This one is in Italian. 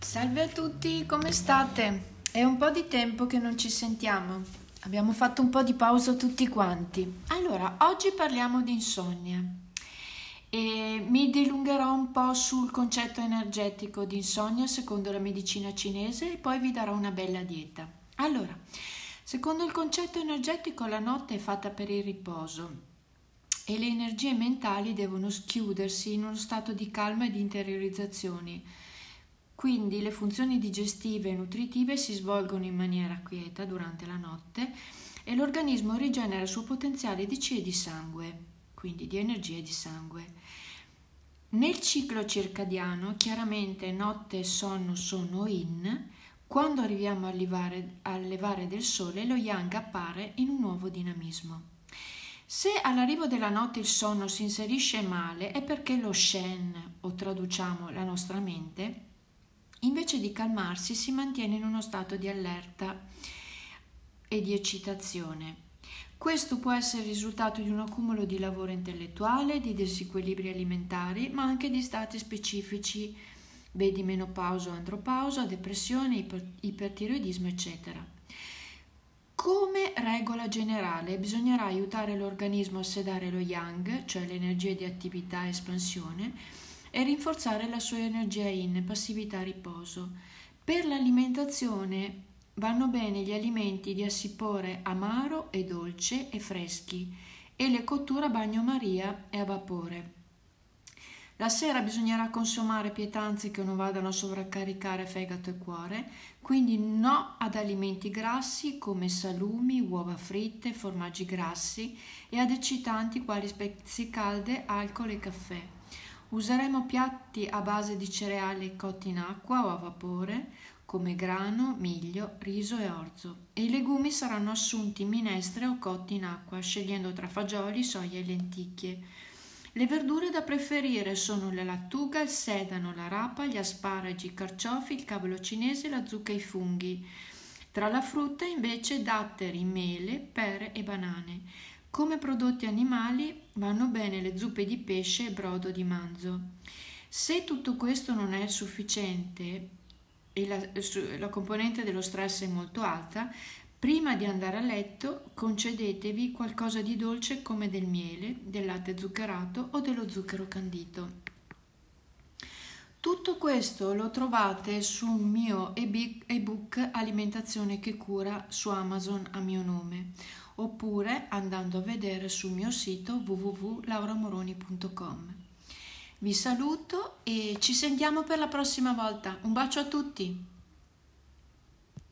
Salve a tutti, come state? È un po' di tempo che non ci sentiamo. Abbiamo fatto un po' di pausa tutti quanti. Allora, oggi parliamo di insonnia e mi dilungherò un po' sul concetto energetico di insonnia secondo la medicina cinese e poi vi darò una bella dieta. Allora, secondo il concetto energetico la notte è fatta per il riposo e le energie mentali devono schiudersi in uno stato di calma e di interiorizzazione. Quindi le funzioni digestive e nutritive si svolgono in maniera quieta durante la notte e l'organismo rigenera il suo potenziale di chi e di sangue, quindi di energia e di sangue. Nel ciclo circadiano, chiaramente notte e sonno sono yin. Quando arriviamo al levare del sole, lo yang appare in un nuovo dinamismo. Se all'arrivo della notte il sonno si inserisce male, è perché lo shen, o traduciamo la nostra mente, invece di calmarsi si mantiene in uno stato di allerta e di eccitazione. Questo può essere il risultato di un accumulo di lavoro intellettuale, di disequilibri alimentari, ma anche di stati specifici, vedi menopausa o andropausa, depressione, ipertiroidismo, eccetera. Come regola generale bisognerà aiutare l'organismo a sedare lo yang, cioè l'energia di attività e espansione, e rinforzare la sua energia yin, passività, riposo. Per l'alimentazione vanno bene gli alimenti di assipore amaro e dolce e freschi e le cotture a bagnomaria e a vapore. La sera bisognerà consumare pietanze che non vadano a sovraccaricare fegato e cuore, quindi no ad alimenti grassi come salumi, uova fritte, formaggi grassi e ad eccitanti quali spezie calde, alcol e caffè. Useremo piatti a base di cereali cotti in acqua o a vapore, come grano, miglio, riso e orzo, e i legumi saranno assunti in minestre o cotti in acqua, scegliendo tra fagioli, soia e lenticchie. Le verdure da preferire sono la lattuga, il sedano, la rapa, gli asparagi, i carciofi, il cavolo cinese, la zucca e i funghi. Tra la frutta invece datteri, mele, pere e banane. Come prodotti animali vanno bene le zuppe di pesce e brodo di manzo. Se tutto questo non è sufficiente e la componente dello stress è molto alta, prima di andare a letto concedetevi qualcosa di dolce come del miele, del latte zuccherato o dello zucchero candito. Tutto questo lo trovate su un mio ebook Alimentazione che cura su Amazon a mio nome, oppure andando a vedere sul mio sito www.lauramoroni.com. Vi saluto e ci sentiamo per la prossima volta. Un bacio a tutti!